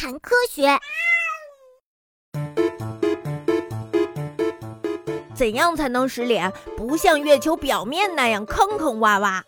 谈科学。 怎样才能使脸不像月球表面那样坑坑洼洼？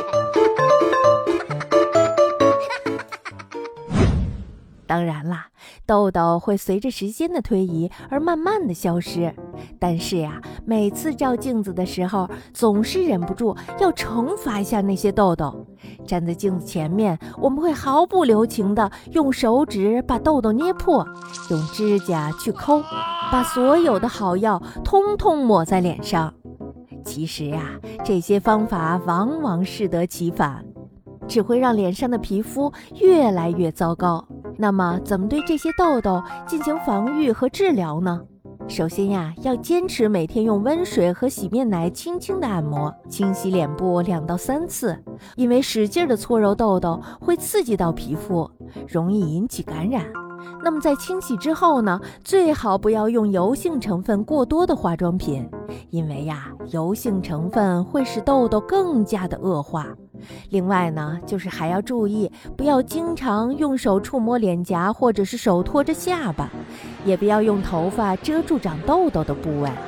当然啦，痘痘会随着时间的推移而慢慢的消失，但是呀，每次照镜子的时候，总是忍不住要惩罚一下那些痘痘。站在镜子前面，我们会毫不留情地用手指把痘痘捏破，用指甲去抠，把所有的好药通通抹在脸上。其实呀，这些方法往往适得其反，只会让脸上的皮肤越来越糟糕。那么怎么对这些痘痘进行防御和治疗呢？首先呀，要坚持每天用温水和洗面奶轻轻的按摩，清洗脸部2到3次，因为使劲的搓揉痘痘会刺激到皮肤，容易引起感染。那么在清洗之后呢，最好不要用油性成分过多的化妆品，因为呀，油性成分会使痘痘更加的恶化。另外呢，就是还要注意，不要经常用手触摸脸颊，或者是手托着下巴，也不要用头发遮住长痘痘的部位。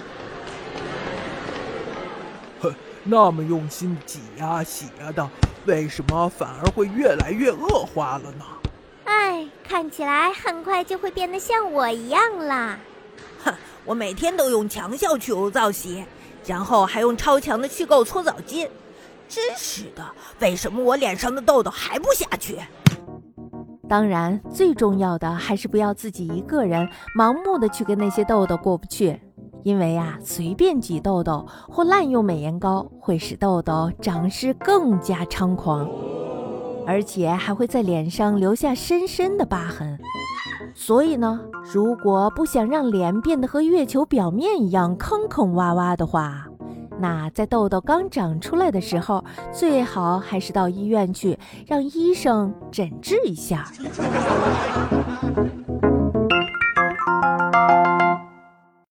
那么用心挤呀洗呀的，为什么反而会越来越恶化了呢？ 看起来很快就会变得像我一样啦。 我每天都用强效去污皂洗，然后还用超强的去垢搓澡巾。真是的，为什么我脸上的痘痘还不下去？ 当然，最重要的还是不要自己一个人盲目的去跟那些痘痘过不去，因为呀，随便挤痘痘或滥用美颜膏会使痘痘长势更加猖狂，而且还会在脸上留下深深的疤痕。所以呢，如果不想让脸变得和月球表面一样坑坑洼洼的话，那在痘痘刚长出来的时候，最好还是到医院去，让医生诊治一下。